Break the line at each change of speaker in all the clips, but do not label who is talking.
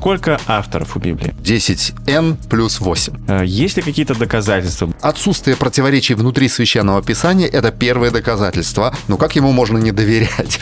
Сколько авторов у Библии?
10n плюс 8.
Есть ли какие-то доказательства?
Отсутствие противоречий внутри Священного Писания – это первое доказательство. Ну как ему можно не доверять?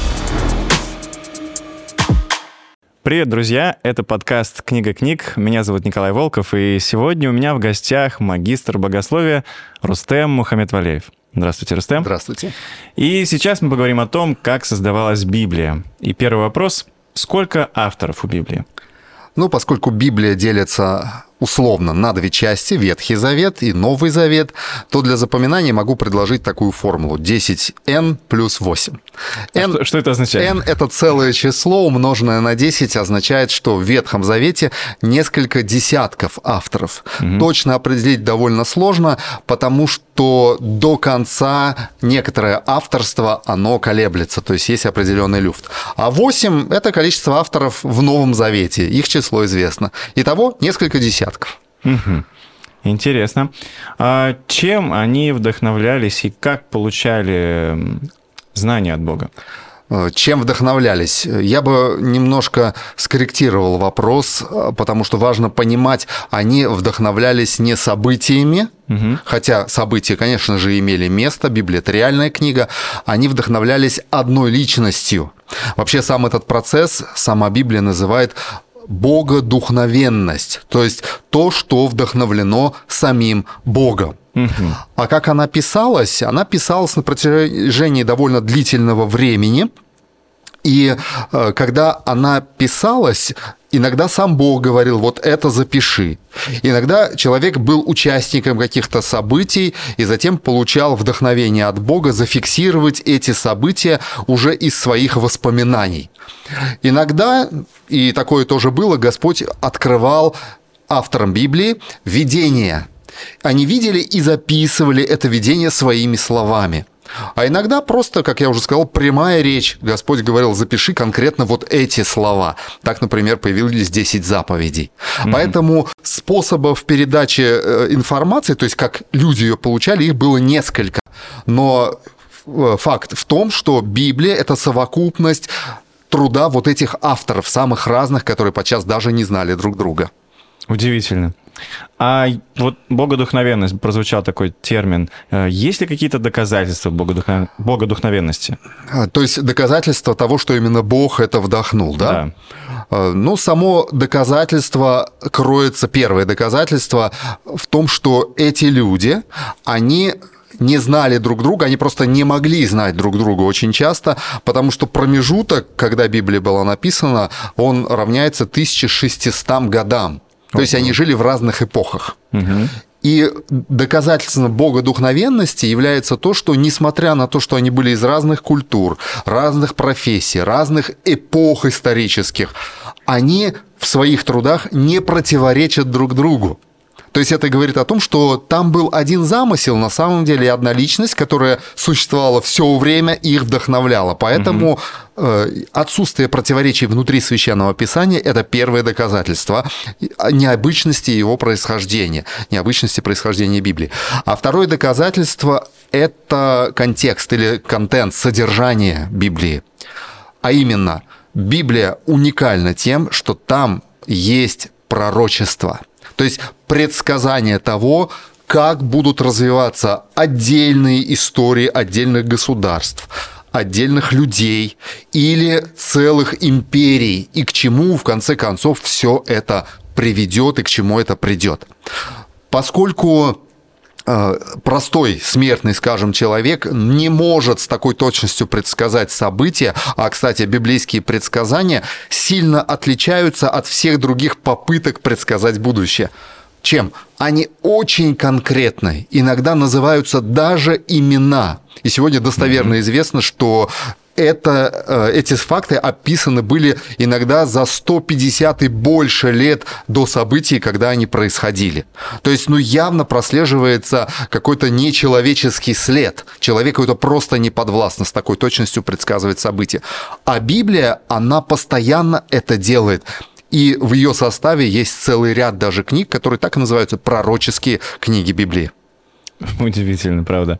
Привет, друзья! Это подкаст «Книга книг». Меня зовут Николай Волков, и сегодня у меня в гостях магистр богословия Рустем Мухаммедвалеев. Здравствуйте, Рустем.
Здравствуйте.
И сейчас мы поговорим о том, как создавалась Библия. И первый вопрос – сколько авторов у Библии?
Ну, поскольку Библия делится условно на две части, Ветхий Завет и Новый Завет, то для запоминания могу предложить такую формулу: 10n плюс 8.
Что это означает?
n – это целое число, умноженное на 10, означает, что в Ветхом Завете несколько десятков авторов. Точно определить довольно сложно, потому что до конца некоторое авторство, оно колеблется, то есть есть определенный люфт. А 8 – это количество авторов в Новом Завете, их число известно. Итого несколько десятков.
Интересно. А чем они вдохновлялись и как получали знания от Бога?
Чем вдохновлялись? Я бы немножко скорректировал вопрос, потому что важно понимать, они вдохновлялись не событиями, хотя события, конечно же, имели место, Библия – это реальная книга, они вдохновлялись одной личностью. Вообще сам этот процесс сама Библия называет богодухновенность, то есть то, что вдохновлено самим Богом. А как она писалась? Она писалась на протяжении довольно длительного времени, и когда она писалась, иногда сам Бог говорил: вот это запиши. Иногда человек был участником каких-то событий и затем получал вдохновение от Бога зафиксировать эти события уже из своих воспоминаний. Иногда, и такое тоже было, Господь открывал авторам Библии видение. Они видели и записывали это видение своими словами. А иногда просто, как я уже сказал, прямая речь. Господь говорил: запиши конкретно вот эти слова. Так, например, появились 10 заповедей. Поэтому способов передачи информации, то есть как люди ее получали, их было несколько. Но факт в том, что Библия – это совокупность труда вот этих авторов, самых разных, которые подчас даже не знали друг друга.
Удивительно. А вот богодухновенность, прозвучал такой термин. Есть ли какие-то доказательства богодухновенности?
То есть доказательства того, что именно Бог это вдохнул, да? Да. Ну, само доказательство кроется, первое доказательство в том, что эти люди, они не знали друг друга, они просто не могли знать друг друга очень часто, потому что промежуток, когда Библия была написана, он равняется 1600 годам. То есть они жили в разных эпохах. И доказательством богодухновенности является то, что, несмотря на то, что они были из разных культур, разных профессий, разных эпох исторических, они в своих трудах не противоречат друг другу. То есть это говорит о том, что там был один замысел, на самом деле, и одна личность, которая существовала все время и их вдохновляла. Поэтому отсутствие противоречий внутри Священного Писания – это первое доказательство необычности его происхождения, необычности происхождения Библии. А второе доказательство – это контекст или контент, содержание Библии. А именно, Библия уникальна тем, что там есть пророчество. То есть предсказание того, как будут развиваться отдельные истории отдельных государств, отдельных людей или целых империй, и к чему, в конце концов, все это приведет и к чему это придет. Поскольку простой смертный, скажем, человек не может с такой точностью предсказать события, а, кстати, библейские предсказания сильно отличаются от всех других попыток предсказать будущее. Чем? Они очень конкретны, иногда называются даже имена. И сегодня достоверно известно, что эти факты описаны были иногда за 150 и больше лет до событий, когда они происходили. То есть, явно прослеживается какой-то нечеловеческий след. Человеку это просто не подвластно с такой точностью предсказывать события. А Библия, она постоянно это делает. И в ее составе есть целый ряд даже книг, которые так и называются пророческие книги Библии.
Удивительно, правда.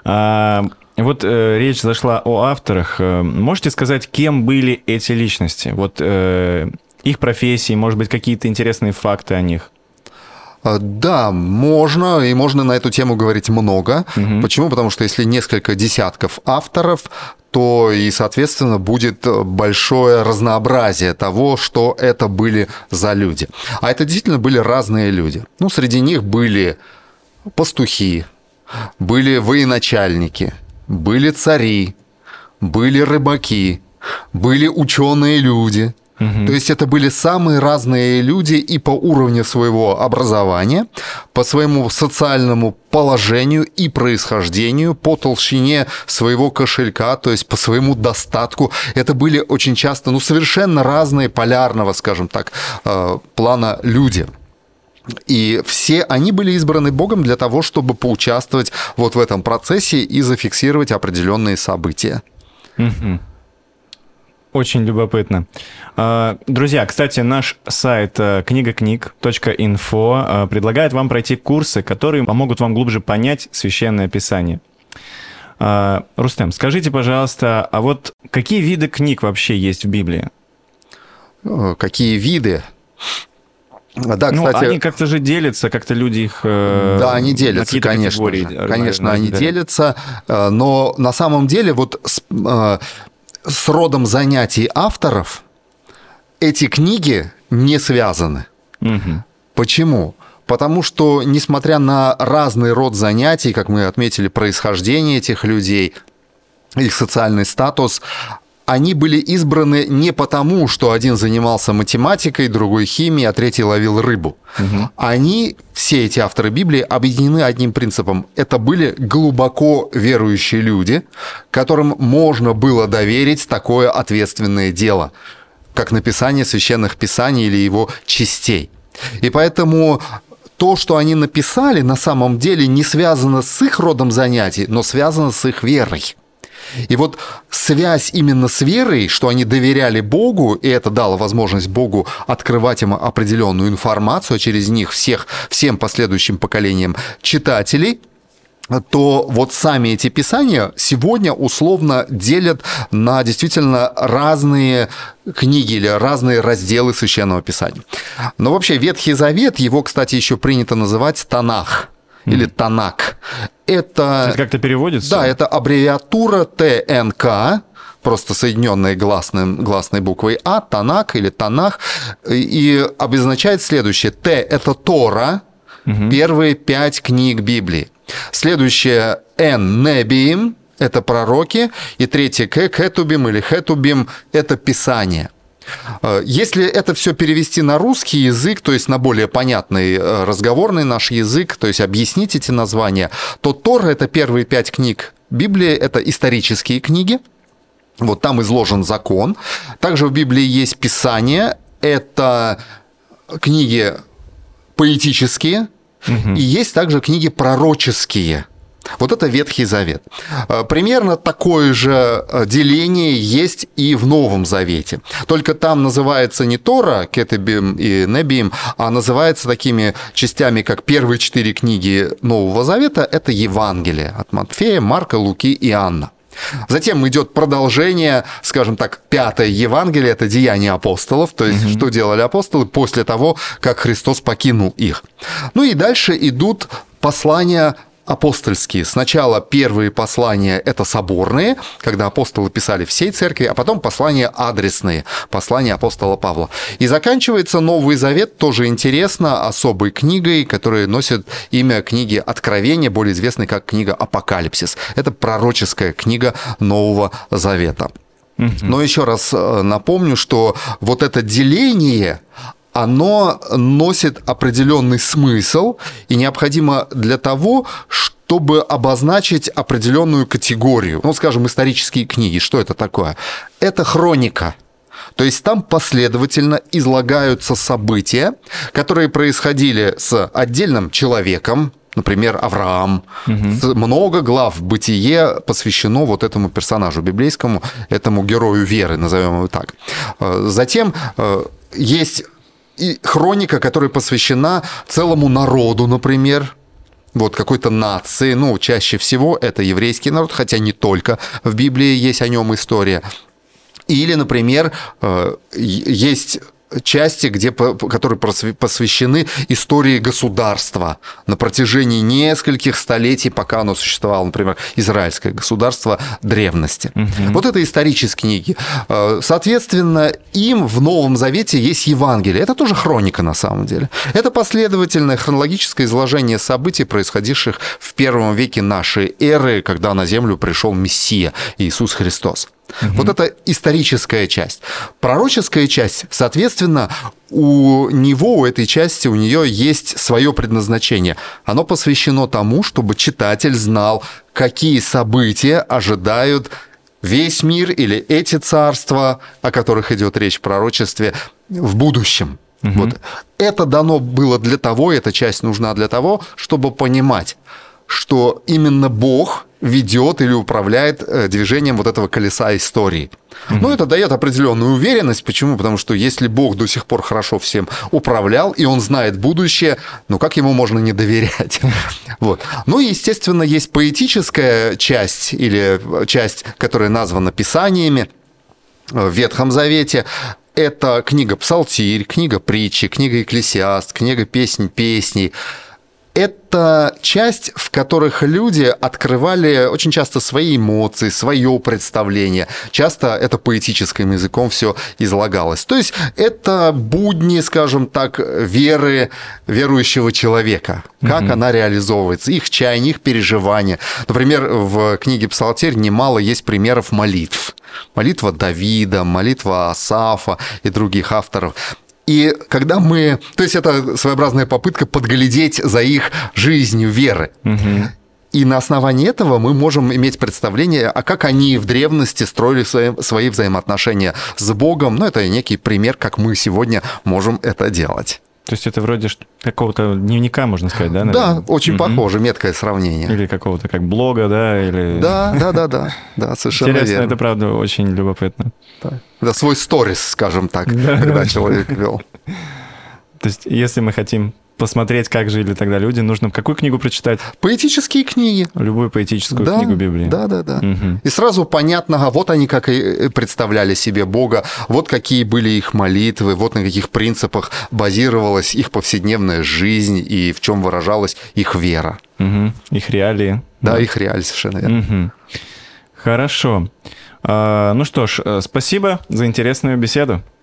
Вот речь зашла о авторах. Можете сказать, кем были эти личности? Вот их профессии, может быть, какие-то интересные факты о них?
Да, можно, и можно на эту тему говорить много. Почему? Потому что если несколько десятков авторов, то и, соответственно, будет большое разнообразие того, что это были за люди. А это действительно были разные люди. Ну, среди них были пастухи, были военачальники, были цари, были рыбаки, были ученые люди. То есть это были самые разные люди и по уровню своего образования, по своему социальному положению и происхождению, по толщине своего кошелька, то есть по своему достатку. Это были очень часто, совершенно разные полярного, скажем так, плана люди. И все они были избраны Богом для того, чтобы поучаствовать вот в этом процессе и зафиксировать определенные события.
Очень любопытно. Друзья, кстати, наш сайт книгакниг.инфо предлагает вам пройти курсы, которые помогут вам глубже понять Священное Писание. Рустем, скажите, пожалуйста, а вот какие виды книг вообще есть в Библии?
Какие виды? Да, кстати,
они как-то же делятся, как-то люди их...
Да, они делятся, конечно. Конечно, они делятся, но на самом деле вот с родом занятий авторов эти книги не связаны. Почему? Потому что, несмотря на разный род занятий, как мы отметили, происхождение этих людей, их социальный статус, они были избраны не потому, что один занимался математикой, другой химией, а третий ловил рыбу. Они, все эти авторы Библии, объединены одним принципом. Это были глубоко верующие люди, которым можно было доверить такое ответственное дело, как написание священных писаний или его частей. И поэтому то, что они написали, на самом деле не связано с их родом занятий, но связано с их верой. И вот связь именно с верой, что они доверяли Богу, и это дало возможность Богу открывать им определенную информацию, а через них всем последующим поколениям читателей, то вот сами эти писания сегодня условно делят на действительно разные книги или разные разделы Священного Писания. Но вообще Ветхий Завет, его, кстати, еще принято называть Танах или Танак. Это
как-то переводится?
Да, это аббревиатура ТНК, просто соединенная гласной буквой А, Танак или Танах, и обозначает следующее. Т – это Тора, первые 5 книг Библии. Следующее Н – Небиим, это пророки, и третье К – Кетубим или Хетубим – это Писание. Если это все перевести на русский язык, то есть на более понятный разговорный наш язык, то есть объяснить эти названия, то Тора – это первые 5 книг Библии, это исторические книги, вот там изложен закон. Также в Библии есть Писание, это книги поэтические, и есть также книги пророческие. Вот это Ветхий Завет. Примерно такое же деление есть и в Новом Завете. Только там называется не Тора, Кетубим и Небиим, а называется такими частями, как первые 4 книги Нового Завета. Это Евангелие от Матфея, Марка, Луки и Иоанна. Затем идет продолжение, скажем так, 5-е Евангелие, это Деяния апостолов, то есть что делали апостолы после того, как Христос покинул их. Ну и дальше идут послания апостольские. Сначала первые послания – это соборные, когда апостолы писали всей церкви, а потом послания адресные, послания апостола Павла. И заканчивается Новый Завет, тоже интересно, особой книгой, которая носит имя книги Откровения, более известной как книга Апокалипсис. Это пророческая книга Нового Завета. Но еще раз напомню, что вот это деление – оно носит определенный смысл и необходимо для того, чтобы обозначить определенную категорию. Ну, скажем, исторические книги. Что это такое? Это хроника. То есть там последовательно излагаются события, которые происходили с отдельным человеком, например, Авраам. Много глав в Бытие посвящено вот этому персонажу библейскому, этому герою веры, назовем его так. Затем есть и хроника, которая посвящена целому народу, например, вот какой-то нации, ну, чаще всего это еврейский народ, хотя не только, в Библии есть о нем история. Или, например, есть части, которые посвящены истории государства на протяжении нескольких столетий, пока оно существовало, например, израильское государство древности. Вот это исторические книги. Соответственно, им в Новом Завете есть Евангелие. Это тоже хроника на самом деле. Это последовательное хронологическое изложение событий, происходивших в первом веке нашей эры, когда на землю пришел Мессия Иисус Христос. Вот это историческая часть. Пророческая часть, соответственно, у этой части, у нее есть свое предназначение. Оно посвящено тому, чтобы читатель знал, какие события ожидают весь мир или эти царства, о которых идет речь в пророчестве, в будущем. Вот. Это дано было для того, эта часть нужна для того, чтобы понимать, что именно Бог ведет или управляет движением вот этого колеса истории. Ну, это дает определенную уверенность. Почему? Потому что если Бог до сих пор хорошо всем управлял, и Он знает будущее, ну, как Ему можно не доверять? Вот. Ну, и, естественно, есть поэтическая часть, или часть, которая названа Писаниями в Ветхом Завете. Это книга Псалтирь, книга Притчи, книга Екклесиаст, книга Песнь песней. Это часть, в которых люди открывали очень часто свои эмоции, свое представление. Часто это поэтическим языком все излагалось. То есть это будни, скажем так, веры верующего человека. Как она реализовывается, их чаяние, их переживания. Например, в книге Псалтирь немало есть примеров молитв. Молитва Давида, молитва Асафа и других авторов. И когда то есть это своеобразная попытка подглядеть за их жизнью веры. И на основании этого мы можем иметь представление, а как они в древности строили свои взаимоотношения с Богом. Ну, это некий пример, как мы сегодня можем это делать.
То есть это вроде какого-то дневника, можно сказать, да? Наверное?
Да, очень похоже, меткое сравнение.
Или какого-то как блога, да? Или...
Да, совершенно
Интересно,
верно.
это правда очень любопытно.
Да. Это свой сторис, скажем так, когда человек вел.
То есть если мы хотим посмотреть, как жили тогда люди, нужно какую книгу прочитать?
Поэтические книги.
Любую поэтическую книгу Библии.
Да. И сразу понятно, вот они как и представляли себе Бога, вот какие были их молитвы, вот на каких принципах базировалась их повседневная жизнь и в чем выражалась их вера.
Их реалии.
Да, их реалии, совершенно верно.
Хорошо. Ну что ж, спасибо за интересную беседу.